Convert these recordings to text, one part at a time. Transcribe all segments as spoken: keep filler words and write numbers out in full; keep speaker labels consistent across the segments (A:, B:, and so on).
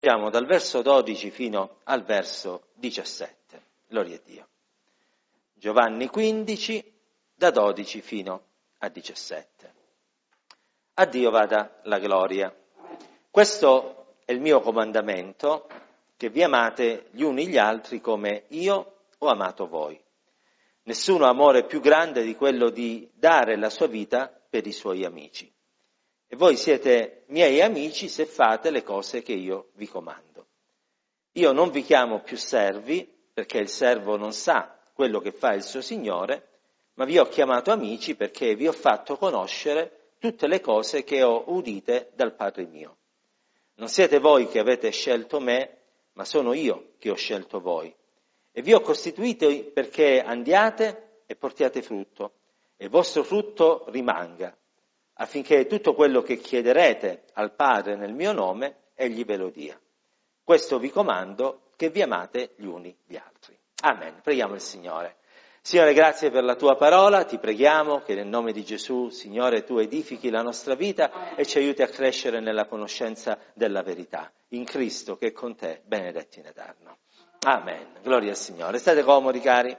A: Siamo dal verso dodici fino al verso diciassette. Gloria a Dio. Giovanni quindici, da dodici fino a diciassette. A Dio vada la gloria. Questo è il mio comandamento, che vi amate gli uni gli altri come io ho amato voi. Nessuno ha amore più grande di quello di dare la sua vita per i suoi amici. E voi siete miei amici se fate le cose che io vi comando. Io non vi chiamo più servi, perché il servo non sa quello che fa il suo Signore, ma vi ho chiamato amici perché vi ho fatto conoscere tutte le cose che ho udite dal Padre mio. Non siete voi che avete scelto me, ma sono io che ho scelto voi. E vi ho costituiti perché andiate e portiate frutto, e il vostro frutto rimanga, affinché tutto quello che chiederete al Padre nel mio nome, egli ve lo dia. Questo vi comando, che vi amate gli uni gli altri. Amen. Preghiamo il Signore. Signore, grazie per la tua parola, ti preghiamo che nel nome di Gesù, Signore, tu edifichi la nostra vita e ci aiuti a crescere nella conoscenza della verità. In Cristo che è con te, benedetto in eterno. Amen. Gloria al Signore. State comodi, cari.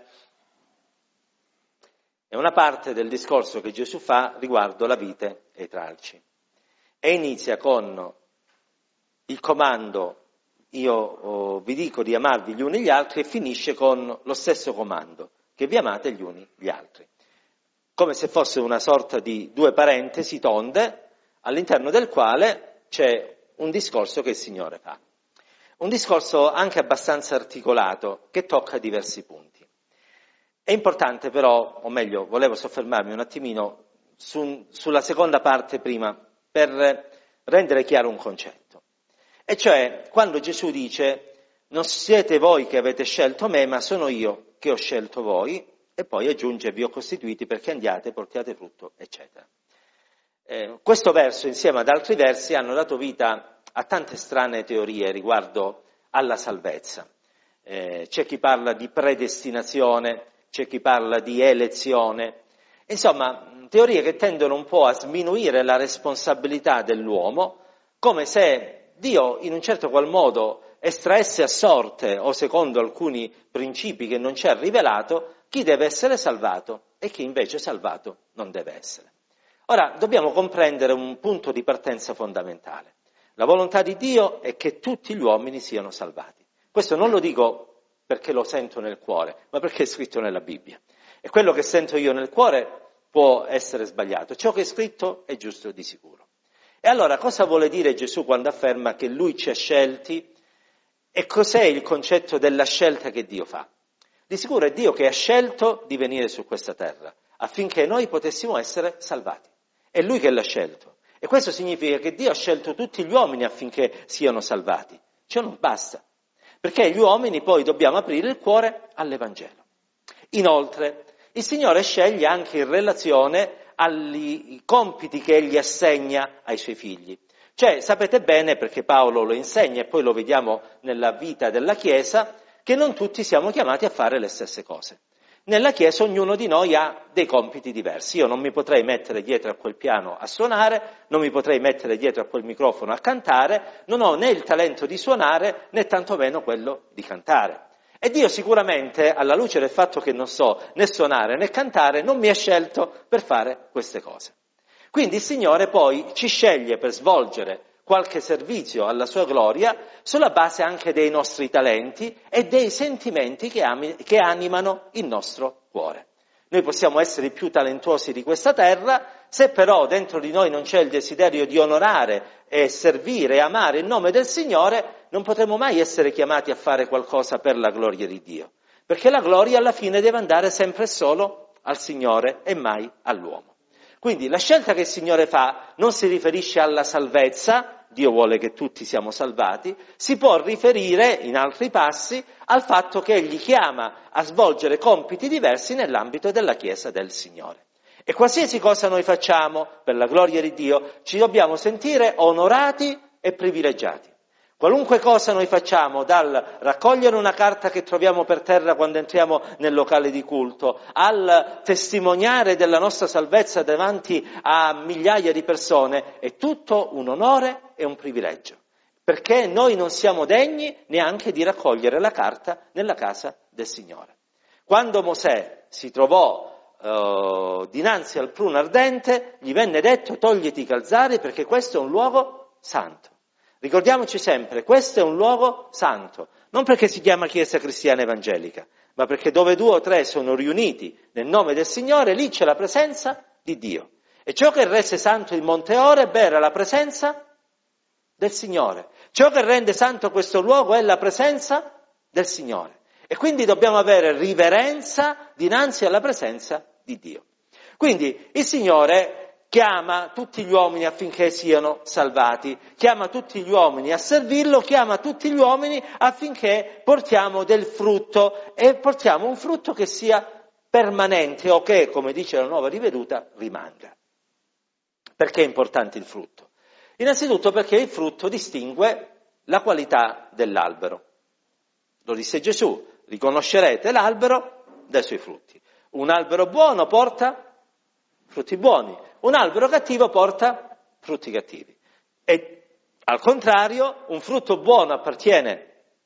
A: È una parte del discorso che Gesù fa riguardo la vite e i tralci. E inizia con il comando, io oh, vi dico di amarvi gli uni gli altri, e finisce con lo stesso comando, che vi amate gli uni gli altri. Come se fosse una sorta di due parentesi tonde, all'interno del quale c'è un discorso che il Signore fa. Un discorso anche abbastanza articolato, che tocca diversi punti. È importante però, o meglio, volevo soffermarmi un attimino su, sulla seconda parte prima, per rendere chiaro un concetto. E cioè, quando Gesù dice, non siete voi che avete scelto me, ma sono io che ho scelto voi, e poi aggiunge, vi ho costituiti perché andiate, portiate frutto, eccetera. Eh, questo verso, insieme ad altri versi, hanno dato vita a tante strane teorie riguardo alla salvezza. Eh, c'è chi parla di predestinazione, c'è chi parla di elezione, insomma, teorie che tendono un po' a sminuire la responsabilità dell'uomo, come se Dio in un certo qual modo estraesse a sorte, o secondo alcuni principi che non ci ha rivelato, chi deve essere salvato e chi invece salvato non deve essere. Ora, dobbiamo comprendere un punto di partenza fondamentale. La volontà di Dio è che tutti gli uomini siano salvati. Questo non lo dico perché lo sento nel cuore, ma perché è scritto nella Bibbia. E quello che sento io nel cuore può essere sbagliato. Ciò che è scritto è giusto di sicuro. E allora cosa vuole dire Gesù quando afferma che Lui ci ha scelti? E cos'è il concetto della scelta che Dio fa? Di sicuro è Dio che ha scelto di venire su questa terra, affinché noi potessimo essere salvati. È Lui che l'ha scelto. E questo significa che Dio ha scelto tutti gli uomini affinché siano salvati. Ciò non basta. Perché gli uomini poi dobbiamo aprire il cuore all'Evangelo. Inoltre, il Signore sceglie anche in relazione ai compiti che Egli assegna ai Suoi figli. Cioè, sapete bene, perché Paolo lo insegna e poi lo vediamo nella vita della Chiesa, che non tutti siamo chiamati a fare le stesse cose. Nella Chiesa ognuno di noi ha dei compiti diversi. Io non mi potrei mettere dietro a quel piano a suonare, non mi potrei mettere dietro a quel microfono a cantare, non ho né il talento di suonare né tantomeno quello di cantare. E Dio sicuramente, alla luce del fatto che non so né suonare né cantare, non mi ha scelto per fare queste cose. Quindi il Signore poi ci sceglie per svolgere qualche servizio alla sua gloria sulla base anche dei nostri talenti e dei sentimenti che, ami, che animano il nostro cuore. Noi possiamo essere i più talentuosi di questa terra, se però dentro di noi non c'è il desiderio di onorare e servire e amare il nome del Signore, non potremo mai essere chiamati a fare qualcosa per la gloria di Dio, perché la gloria alla fine deve andare sempre e solo al Signore e mai all'uomo. Quindi la scelta che il Signore fa non si riferisce alla salvezza, Dio vuole che tutti siamo salvati, si può riferire in altri passi al fatto che Egli chiama a svolgere compiti diversi nell'ambito della Chiesa del Signore. E qualsiasi cosa noi facciamo per la gloria di Dio ci dobbiamo sentire onorati e privilegiati. Qualunque cosa noi facciamo, dal raccogliere una carta che troviamo per terra quando entriamo nel locale di culto, al testimoniare della nostra salvezza davanti a migliaia di persone, è tutto un onore e un privilegio. perché noi non siamo degni neanche di raccogliere la carta nella casa del Signore. Quando Mosè si trovò uh, dinanzi al pruno ardente, gli venne detto: togliti i calzari perché questo è un luogo santo. Ricordiamoci sempre, questo è un luogo santo, non perché si chiama Chiesa Cristiana Evangelica, ma perché dove due o tre sono riuniti nel nome del Signore, lì c'è la presenza di Dio. E ciò che rese santo il Monte Oreb era la presenza del Signore. Ciò che rende santo questo luogo è la presenza del Signore. E quindi dobbiamo avere riverenza dinanzi alla presenza di Dio. Quindi il Signore chiama tutti gli uomini affinché siano salvati, chiama tutti gli uomini a servirlo, chiama tutti gli uomini affinché portiamo del frutto e portiamo un frutto che sia permanente o che, come dice la Nuova Riveduta, rimanga. Perché è importante il frutto? Innanzitutto perché il frutto distingue la qualità dell'albero. Lo disse Gesù: riconoscerete l'albero dai suoi frutti. Un albero buono porta frutti buoni, un albero cattivo porta frutti cattivi. E al contrario, un frutto buono appartiene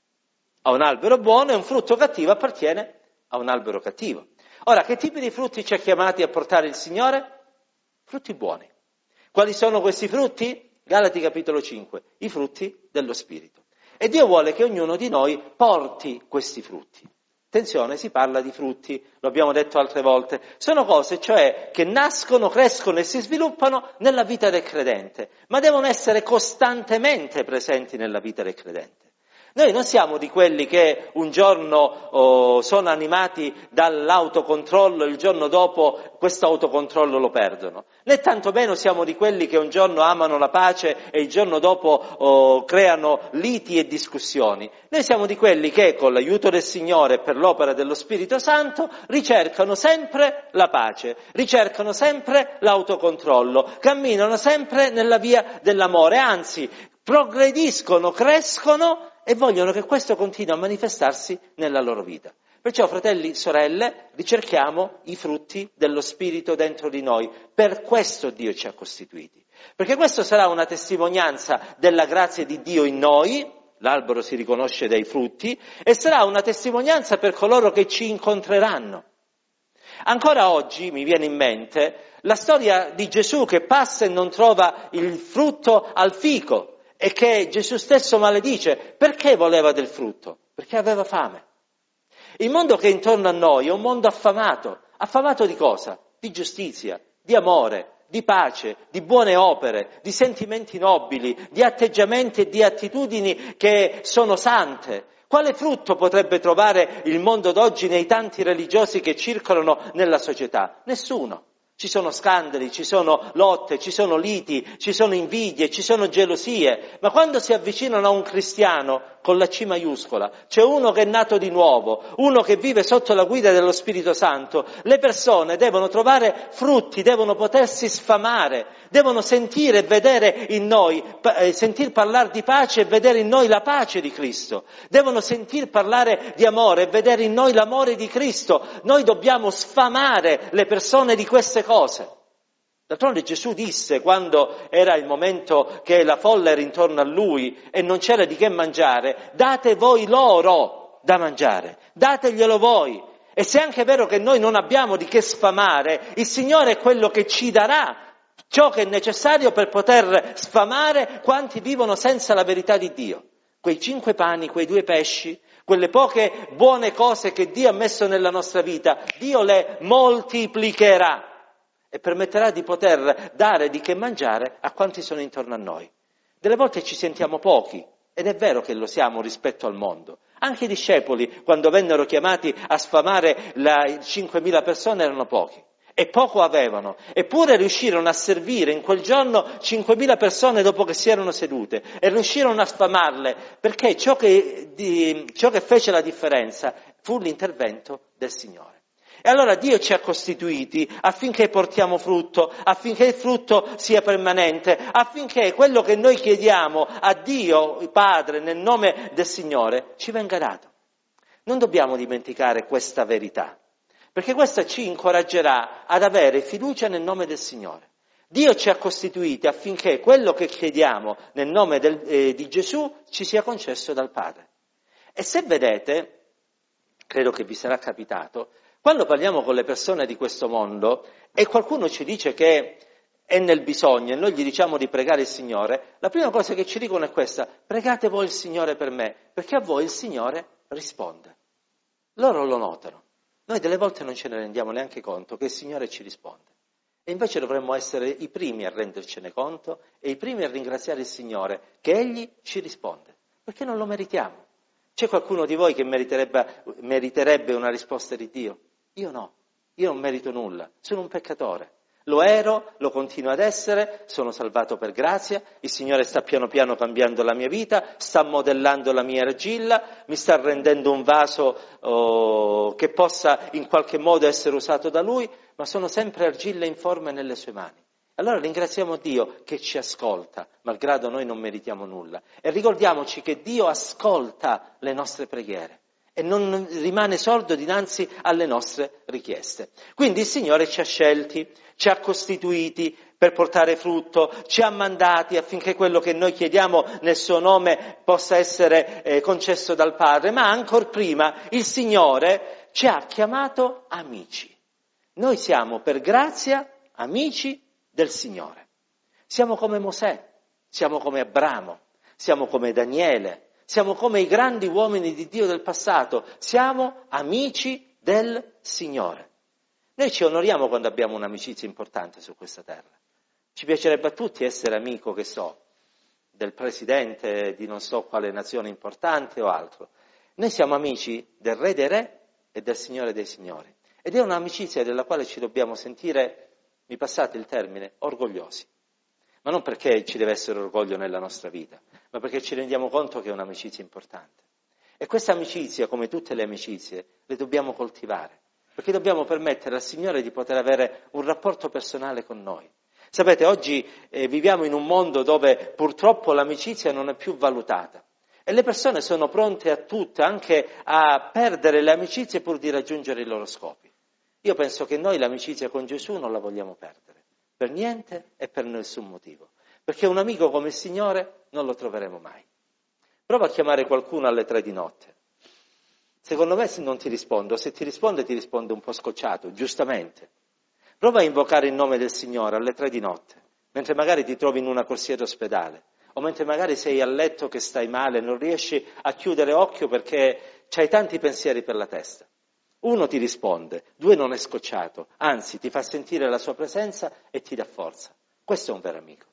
A: a un albero buono e un frutto cattivo appartiene a un albero cattivo. Ora, che tipi di frutti ci ha chiamati a portare il Signore? Frutti buoni. Quali sono questi frutti? Galati capitolo cinque, i frutti dello Spirito. E Dio vuole che ognuno di noi porti questi frutti. Attenzione, si parla di frutti, lo abbiamo detto altre volte, sono cose cioè che nascono, crescono e si sviluppano nella vita del credente, ma devono essere costantemente presenti nella vita del credente. Noi non siamo di quelli che un giorno oh, sono animati dall'autocontrollo e il giorno dopo questo autocontrollo lo perdono, né tantomeno siamo di quelli che un giorno amano la pace e il giorno dopo oh, creano liti e discussioni. Noi siamo di quelli che con l'aiuto del Signore e per l'opera dello Spirito Santo ricercano sempre la pace, ricercano sempre l'autocontrollo, camminano sempre nella via dell'amore, anzi progrediscono, crescono e vogliono che questo continui a manifestarsi nella loro vita. Perciò, fratelli, sorelle, ricerchiamo i frutti dello Spirito dentro di noi. Per questo Dio ci ha costituiti. Perché questo sarà una testimonianza della grazia di Dio in noi, l'albero si riconosce dai frutti, e sarà una testimonianza per coloro che ci incontreranno. Ancora oggi mi viene in mente la storia di Gesù che passa e non trova il frutto al fico, e che Gesù stesso maledice. Perché voleva del frutto? Perché aveva fame. Il mondo che è intorno a noi è un mondo affamato. Affamato di cosa? Di giustizia, di amore, di pace, di buone opere, di sentimenti nobili, di atteggiamenti e di attitudini che sono sante. Quale frutto potrebbe trovare il mondo d'oggi nei tanti religiosi che circolano nella società? Nessuno. Ci sono scandali, ci sono lotte, ci sono liti, ci sono invidie, ci sono gelosie, ma quando si avvicinano a un cristiano con la C maiuscola, c'è uno che è nato di nuovo, uno che vive sotto la guida dello Spirito Santo, le persone devono trovare frutti, devono potersi sfamare, devono sentire e vedere in noi, eh, sentir parlare di pace e vedere in noi la pace di Cristo, devono sentir parlare di amore e vedere in noi l'amore di Cristo. Noi dobbiamo sfamare le persone di queste cose. D'altronde Gesù disse, quando era il momento che la folla era intorno a lui e non c'era di che mangiare: date voi loro da mangiare, dateglielo voi. E se è anche vero che noi non abbiamo di che sfamare, il Signore è quello che ci darà ciò che è necessario per poter sfamare quanti vivono senza la verità di Dio. Quei cinque pani, quei due pesci, quelle poche buone cose che Dio ha messo nella nostra vita, Dio le moltiplicherà e permetterà di poter dare di che mangiare a quanti sono intorno a noi. Delle volte ci sentiamo pochi, ed è vero che lo siamo rispetto al mondo. Anche i discepoli, quando vennero chiamati a sfamare le cinquemila persone, erano pochi. E poco avevano, eppure riuscirono a servire in quel giorno cinquemila persone dopo che si erano sedute, e riuscirono a sfamarle, perché ciò che, di, ciò che fece la differenza fu l'intervento del Signore. E allora Dio ci ha costituiti affinché portiamo frutto, affinché il frutto sia permanente, affinché quello che noi chiediamo a Dio, il Padre, nel nome del Signore, ci venga dato. Non dobbiamo dimenticare questa verità, perché questa ci incoraggerà ad avere fiducia nel nome del Signore. Dio ci ha costituiti affinché quello che chiediamo nel nome del, eh, di Gesù ci sia concesso dal Padre. E se vedete, credo che vi sarà capitato, quando parliamo con le persone di questo mondo e qualcuno ci dice che è nel bisogno e noi gli diciamo di pregare il Signore, la prima cosa che ci dicono è questa: pregate voi il Signore per me, perché a voi il Signore risponde. Loro lo notano. Noi delle volte non ce ne rendiamo neanche conto che il Signore ci risponde. E invece dovremmo essere i primi a rendercene conto e i primi a ringraziare il Signore che Egli ci risponde, perché non lo meritiamo. C'è qualcuno di voi che meriterebbe, meriterebbe una risposta di Dio? Io no, io non merito nulla, sono un peccatore. Lo ero, lo continuo ad essere, sono salvato per grazia, il Signore sta piano piano cambiando la mia vita, sta modellando la mia argilla, mi sta rendendo un vaso oh, che possa in qualche modo essere usato da Lui, ma sono sempre argilla informe nelle sue mani. Allora ringraziamo Dio che ci ascolta, malgrado noi non meritiamo nulla. E ricordiamoci che Dio ascolta le nostre preghiere e non rimane sordo dinanzi alle nostre richieste. Quindi il Signore ci ha scelti, ci ha costituiti per portare frutto, ci ha mandati affinché quello che noi chiediamo nel suo nome possa essere eh, concesso dal Padre, ma ancor prima il Signore ci ha chiamato amici. Noi siamo per grazia amici del Signore. Siamo come Mosè, siamo come Abramo, siamo come Daniele, siamo come i grandi uomini di Dio del passato, siamo amici del Signore. Noi ci onoriamo quando abbiamo un'amicizia importante su questa terra. Ci piacerebbe a tutti essere amico, che so, del presidente di non so quale nazione importante o altro. Noi siamo amici del Re dei Re e del Signore dei Signori. Ed è un'amicizia della quale ci dobbiamo sentire, mi passate il termine, orgogliosi. Ma non perché ci deve essere orgoglio nella nostra vita, ma perché ci rendiamo conto che è un'amicizia importante. E questa amicizia, come tutte le amicizie, le dobbiamo coltivare, perché dobbiamo permettere al Signore di poter avere un rapporto personale con noi. Sapete, oggi eh, viviamo in un mondo dove purtroppo l'amicizia non è più valutata e le persone sono pronte a tutte, anche a perdere le amicizie pur di raggiungere i loro scopi. Io penso che noi l'amicizia con Gesù non la vogliamo perdere, per niente e per nessun motivo, perché un amico come il Signore non lo troveremo mai. Prova a chiamare qualcuno alle tre di notte. Secondo me se non ti rispondo, se ti risponde ti risponde un po' scocciato, giustamente. Prova a invocare il nome del Signore alle tre di notte, mentre magari ti trovi in una corsia d'ospedale, o mentre magari sei a letto che stai male, non riesci a chiudere occhio perché c'hai tanti pensieri per la testa. Uno ti risponde, due non è scocciato, anzi ti fa sentire la sua presenza e ti dà forza. Questo è un vero amico.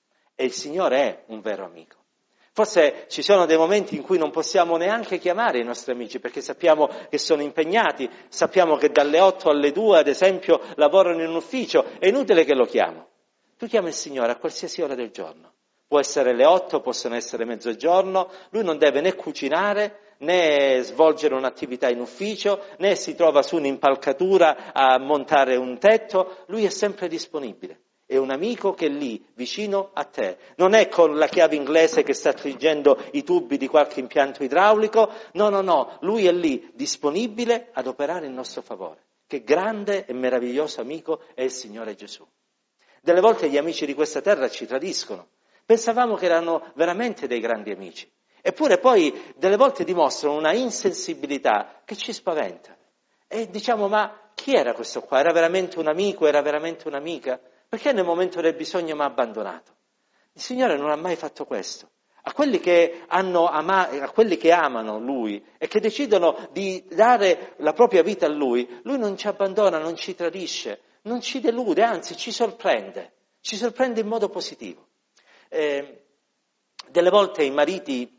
A: E il Signore è un vero amico. Forse ci sono dei momenti in cui non possiamo neanche chiamare i nostri amici perché sappiamo che sono impegnati, sappiamo che dalle otto alle due, ad esempio, lavorano in un ufficio, è inutile che lo chiamo. Tu chiami il Signore a qualsiasi ora del giorno. Può essere le otto, possono essere mezzogiorno, lui non deve né cucinare, né svolgere un'attività in ufficio, né si trova su un'impalcatura a montare un tetto, lui è sempre disponibile. È un amico che è lì, vicino a te. Non è con la chiave inglese che sta stringendo i tubi di qualche impianto idraulico. No, no, no. Lui è lì, disponibile ad operare in nostro favore. Che grande e meraviglioso amico è il Signore Gesù. Delle volte gli amici di questa terra ci tradiscono. Pensavamo che erano veramente dei grandi amici. Eppure poi delle volte dimostrano una insensibilità che ci spaventa. E diciamo, ma chi era questo qua? Era veramente un amico? Era veramente un'amica? Perché nel momento del bisogno mi ha abbandonato? Il Signore non ha mai fatto questo. A quelli che hanno ama- a quelli che amano Lui e che decidono di dare la propria vita a Lui, Lui non ci abbandona, non ci tradisce, non ci delude, anzi ci sorprende, ci sorprende in modo positivo. Eh, delle volte i mariti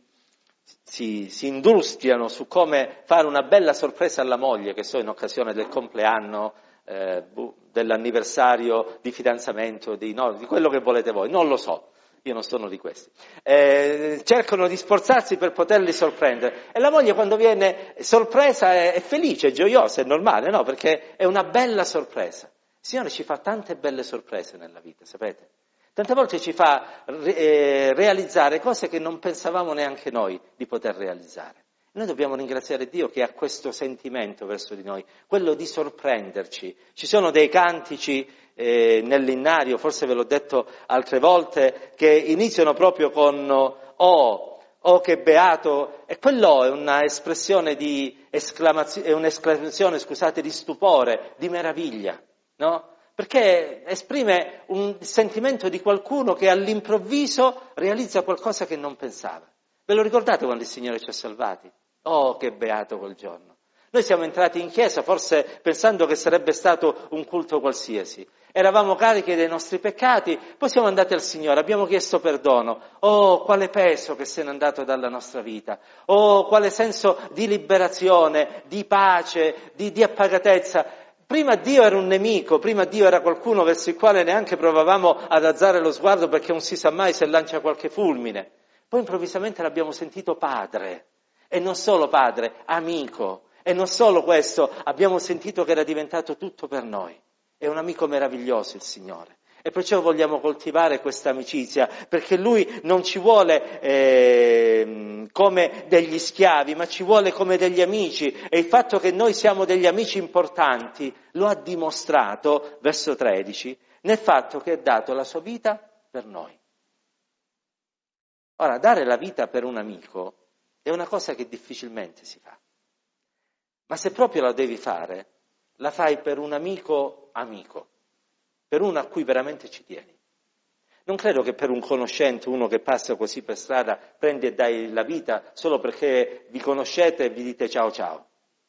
A: si, si industriano su come fare una bella sorpresa alla moglie, che so in occasione del compleanno, eh, dell'anniversario di fidanzamento, di, no, di quello che volete voi, non lo so, io non sono di questi. Eh, cercano di sforzarsi per poterli sorprendere e la moglie quando viene sorpresa è, è felice, è gioiosa, è normale, no? Perché è una bella sorpresa. Il Signore ci fa tante belle sorprese nella vita, sapete? Tante volte ci fa eh, realizzare cose che non pensavamo neanche noi di poter realizzare. Noi dobbiamo ringraziare Dio che ha questo sentimento verso di noi, quello di sorprenderci. Ci sono dei cantici eh, nell'innario, forse ve l'ho detto altre volte, che iniziano proprio con oh, oh che beato, e quello è una espressione di esclamazione, è un'esclamazione, scusate, di stupore, di meraviglia, no? Perché esprime un sentimento di qualcuno che all'improvviso realizza qualcosa che non pensava. Ve lo ricordate quando il Signore ci ha salvati? Oh, che beato quel giorno! Noi siamo entrati in chiesa forse pensando che sarebbe stato un culto qualsiasi. Eravamo carichi dei nostri peccati, poi siamo andati al Signore, abbiamo chiesto perdono. Oh, quale peso che se n'è andato dalla nostra vita. Oh, quale senso di liberazione, di pace, di, di appagatezza. Prima Dio era un nemico, prima Dio era qualcuno verso il quale neanche provavamo ad alzare lo sguardo perché non si sa mai se lancia qualche fulmine. Poi improvvisamente l'abbiamo sentito padre, e non solo padre, amico. E non solo questo, abbiamo sentito che era diventato tutto per noi. È un amico meraviglioso il Signore. E perciò vogliamo coltivare questa amicizia, perché Lui non ci vuole eh, come degli schiavi, ma ci vuole come degli amici. E il fatto che noi siamo degli amici importanti lo ha dimostrato, verso tredici, nel fatto che ha dato la sua vita per noi. Ora, dare la vita per un amico è una cosa che difficilmente si fa. Ma se proprio la devi fare, la fai per un amico amico, per uno a cui veramente ci tieni. Non credo che per un conoscente, uno che passa così per strada, prendi e dai la vita solo perché vi conoscete e vi dite ciao ciao.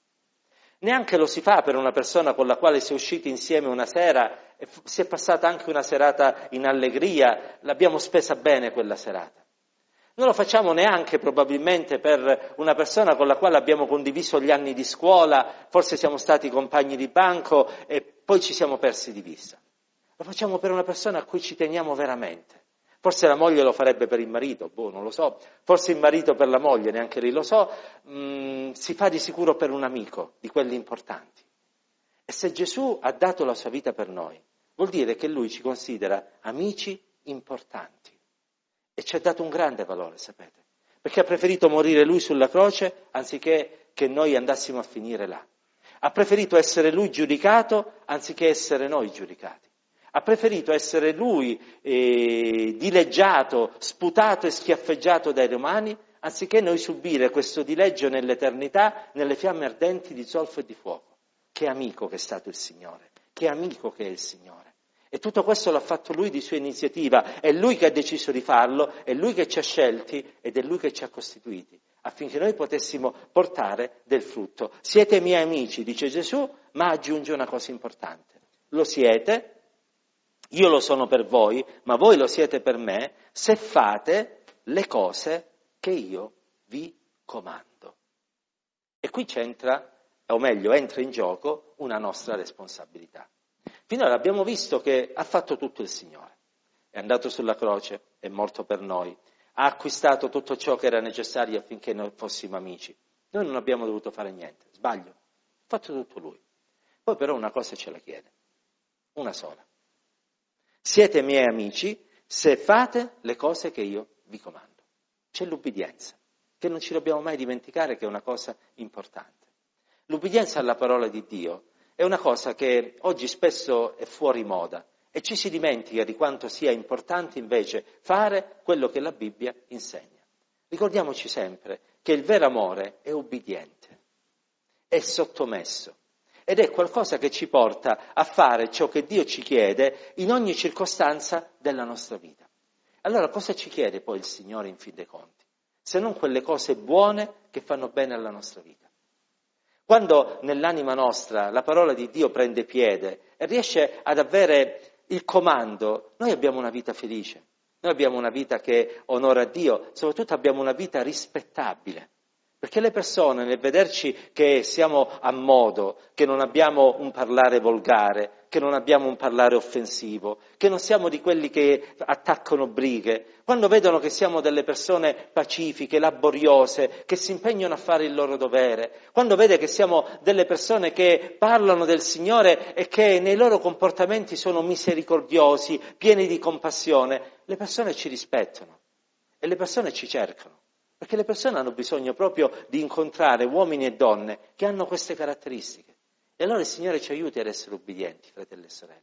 A: Neanche lo si fa per una persona con la quale si è usciti insieme una sera e si è passata anche una serata in allegria, l'abbiamo spesa bene quella serata. Non lo facciamo neanche probabilmente per una persona con la quale abbiamo condiviso gli anni di scuola, forse siamo stati compagni di banco e poi ci siamo persi di vista. Lo facciamo per una persona a cui ci teniamo veramente. Forse la moglie lo farebbe per il marito, boh, non lo so. Forse il marito per la moglie, neanche lì lo so. Mm, si fa di sicuro per un amico, di quelli importanti. E se Gesù ha dato la sua vita per noi, vuol dire che Lui ci considera amici importanti. E ci ha dato un grande valore, sapete, perché ha preferito morire Lui sulla croce anziché che noi andassimo a finire là. Ha preferito essere Lui giudicato anziché essere noi giudicati. Ha preferito essere Lui eh, dileggiato, sputato e schiaffeggiato dai romani anziché noi subire questo dileggio nell'eternità, nelle fiamme ardenti di zolfo e di fuoco. Che amico che è stato il Signore, che amico che è il Signore. E tutto questo l'ha fatto Lui di sua iniziativa, è Lui che ha deciso di farlo, è Lui che ci ha scelti ed è Lui che ci ha costituiti, affinché noi potessimo portare del frutto. Siete miei amici, dice Gesù, ma aggiunge una cosa importante. Lo siete, io lo sono per voi, ma voi lo siete per me, se fate le cose che io vi comando. E qui c'entra, o meglio, entra in gioco una nostra responsabilità. Finora abbiamo visto che ha fatto tutto il Signore, è andato sulla croce, è morto per noi, ha acquistato tutto ciò che era necessario affinché noi fossimo amici. Noi non abbiamo dovuto fare niente, sbaglio, ha fatto tutto Lui. Poi però una cosa ce la chiede, una sola. Siete miei amici se fate le cose che io vi comando. C'è l'ubbidienza, che non ci dobbiamo mai dimenticare che è una cosa importante. L'ubbidienza alla parola di Dio è una cosa che oggi spesso è fuori moda e ci si dimentica di quanto sia importante invece fare quello che la Bibbia insegna. Ricordiamoci sempre che il vero amore è ubbidiente, è sottomesso ed è qualcosa che ci porta a fare ciò che Dio ci chiede in ogni circostanza della nostra vita. Allora cosa ci chiede poi il Signore in fin dei conti? Se non quelle cose buone che fanno bene alla nostra vita. Quando nell'anima nostra la parola di Dio prende piede e riesce ad avere il comando, noi abbiamo una vita felice, noi abbiamo una vita che onora Dio, soprattutto abbiamo una vita rispettabile. Perché le persone nel vederci che siamo a modo, che non abbiamo un parlare volgare, che non abbiamo un parlare offensivo, che non siamo di quelli che attaccano brighe, quando vedono che siamo delle persone pacifiche, laboriose, che si impegnano a fare il loro dovere, quando vede che siamo delle persone che parlano del Signore e che nei loro comportamenti sono misericordiosi, pieni di compassione, le persone ci rispettano e le persone ci cercano. Perché le persone hanno bisogno proprio di incontrare uomini e donne che hanno queste caratteristiche. E allora il Signore ci aiuti ad essere ubbidienti, fratelli e sorelle.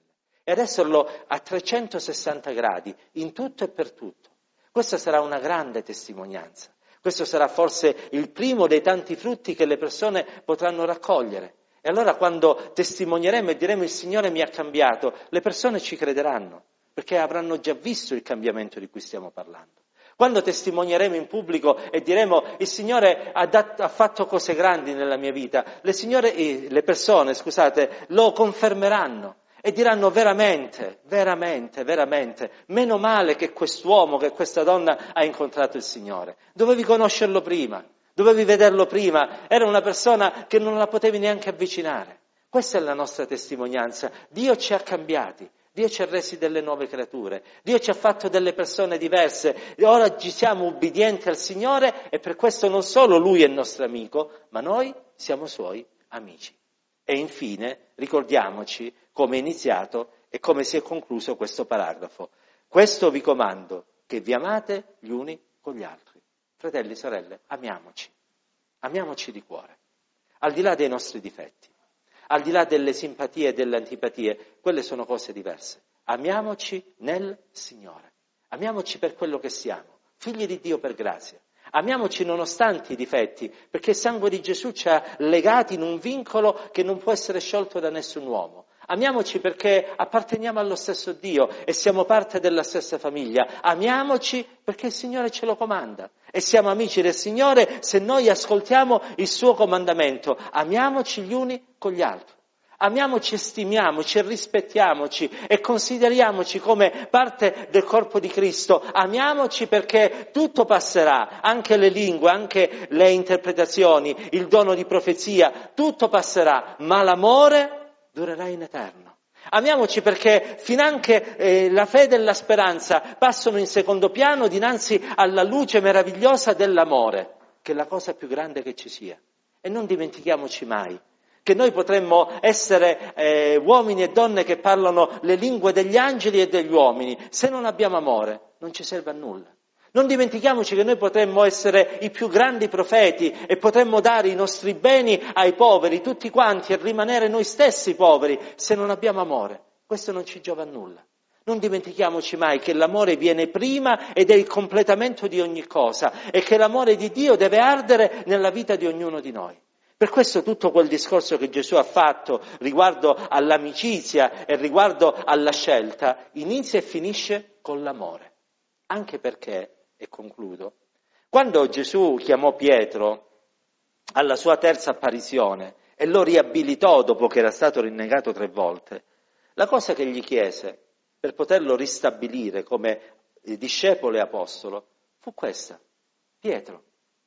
A: e ad esserlo a trecentosessanta gradi, in tutto e per tutto. Questa sarà una grande testimonianza. Questo sarà forse il primo dei tanti frutti che le persone potranno raccogliere. E allora quando testimonieremo e diremo il Signore mi ha cambiato, le persone ci crederanno, perché avranno già visto il cambiamento di cui stiamo parlando. Quando testimonieremo in pubblico e diremo il Signore ha, dat- ha fatto cose grandi nella mia vita, le, signore, eh, le persone, scusate, lo confermeranno e diranno veramente, veramente, veramente, meno male che quest'uomo, che questa donna ha incontrato il Signore. Dovevi conoscerlo prima, dovevi vederlo prima, era una persona che non la potevi neanche avvicinare. Questa è la nostra testimonianza. Dio ci ha cambiati. Dio ci ha resi delle nuove creature, Dio ci ha fatto delle persone diverse, e ora ci siamo ubbidienti al Signore e per questo non solo Lui è il nostro amico, ma noi siamo Suoi amici. E infine ricordiamoci come è iniziato e come si è concluso questo paragrafo. Questo vi comando, che vi amate gli uni con gli altri. Fratelli e sorelle, amiamoci, amiamoci di cuore, al di là dei nostri difetti. Al di là delle simpatie e delle antipatie, quelle sono cose diverse. Amiamoci nel Signore. Amiamoci per quello che siamo, figli di Dio per grazia. Amiamoci nonostante i difetti, perché il sangue di Gesù ci ha legati in un vincolo che non può essere sciolto da nessun uomo. Amiamoci perché apparteniamo allo stesso Dio e siamo parte della stessa famiglia. Amiamoci perché il Signore ce lo comanda. E siamo amici del Signore se noi ascoltiamo il suo comandamento. Amiamoci gli uni con gli altri. Amiamoci e stimiamoci e rispettiamoci e consideriamoci come parte del corpo di Cristo. Amiamoci perché tutto passerà, anche le lingue, anche le interpretazioni, il dono di profezia, tutto passerà, ma l'amore durerà in eterno. Amiamoci perché finanche eh, la fede e la speranza passano in secondo piano dinanzi alla luce meravigliosa dell'amore, che è la cosa più grande che ci sia. E non dimentichiamoci mai che noi potremmo essere eh, uomini e donne che parlano le lingue degli angeli e degli uomini. Se non abbiamo amore, non ci serve a nulla. Non dimentichiamoci che noi potremmo essere i più grandi profeti e potremmo dare i nostri beni ai poveri, tutti quanti, e rimanere noi stessi poveri se non abbiamo amore. Questo non ci giova a nulla. Non dimentichiamoci mai che l'amore viene prima ed è il completamento di ogni cosa e che l'amore di Dio deve ardere nella vita di ognuno di noi. Per questo tutto quel discorso che Gesù ha fatto riguardo all'amicizia e riguardo alla scelta inizia e finisce con l'amore. Anche perché, e concludo, quando Gesù chiamò Pietro alla sua terza apparizione e lo riabilitò dopo che era stato rinnegato tre volte, la cosa che gli chiese per poterlo ristabilire come discepolo e apostolo fu questa: Pietro,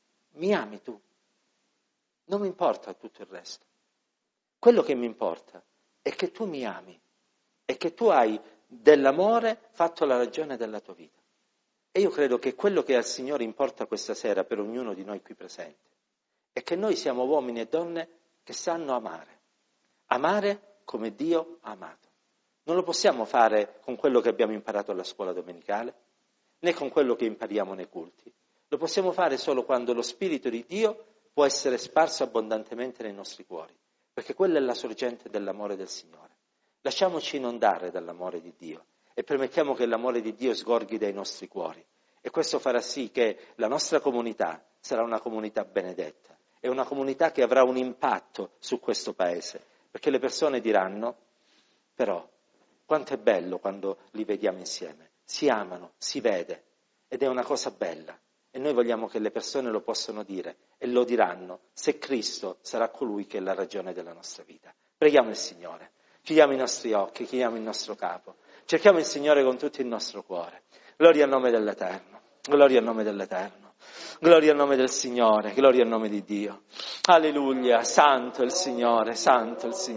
A: mi ami tu? Non mi importa tutto il resto. Quello che mi importa è che tu mi ami e che tu hai dell'amore fatto la ragione della tua vita. E io credo che quello che al Signore importa questa sera per ognuno di noi qui presenti è che noi siamo uomini e donne che sanno amare. Amare come Dio ha amato. Non lo possiamo fare con quello che abbiamo imparato alla scuola domenicale, né con quello che impariamo nei culti. Lo possiamo fare solo quando lo Spirito di Dio può essere sparso abbondantemente nei nostri cuori, perché quella è la sorgente dell'amore del Signore. Lasciamoci inondare dall'amore di Dio e permettiamo che l'amore di Dio sgorghi dai nostri cuori. E questo farà sì che la nostra comunità sarà una comunità benedetta, è una comunità che avrà un impatto su questo paese, perché le persone diranno: però, quanto è bello quando li vediamo insieme, si amano, si vede, ed è una cosa bella. E noi vogliamo che le persone lo possano dire e lo diranno se Cristo sarà colui che è la ragione della nostra vita. Preghiamo il Signore, chiudiamo i nostri occhi, chiudiamo il nostro capo, cerchiamo il Signore con tutto il nostro cuore. Gloria al nome dell'Eterno, gloria al nome dell'Eterno, gloria al nome del Signore, gloria al nome di Dio. Alleluia, santo il Signore, santo il Signore.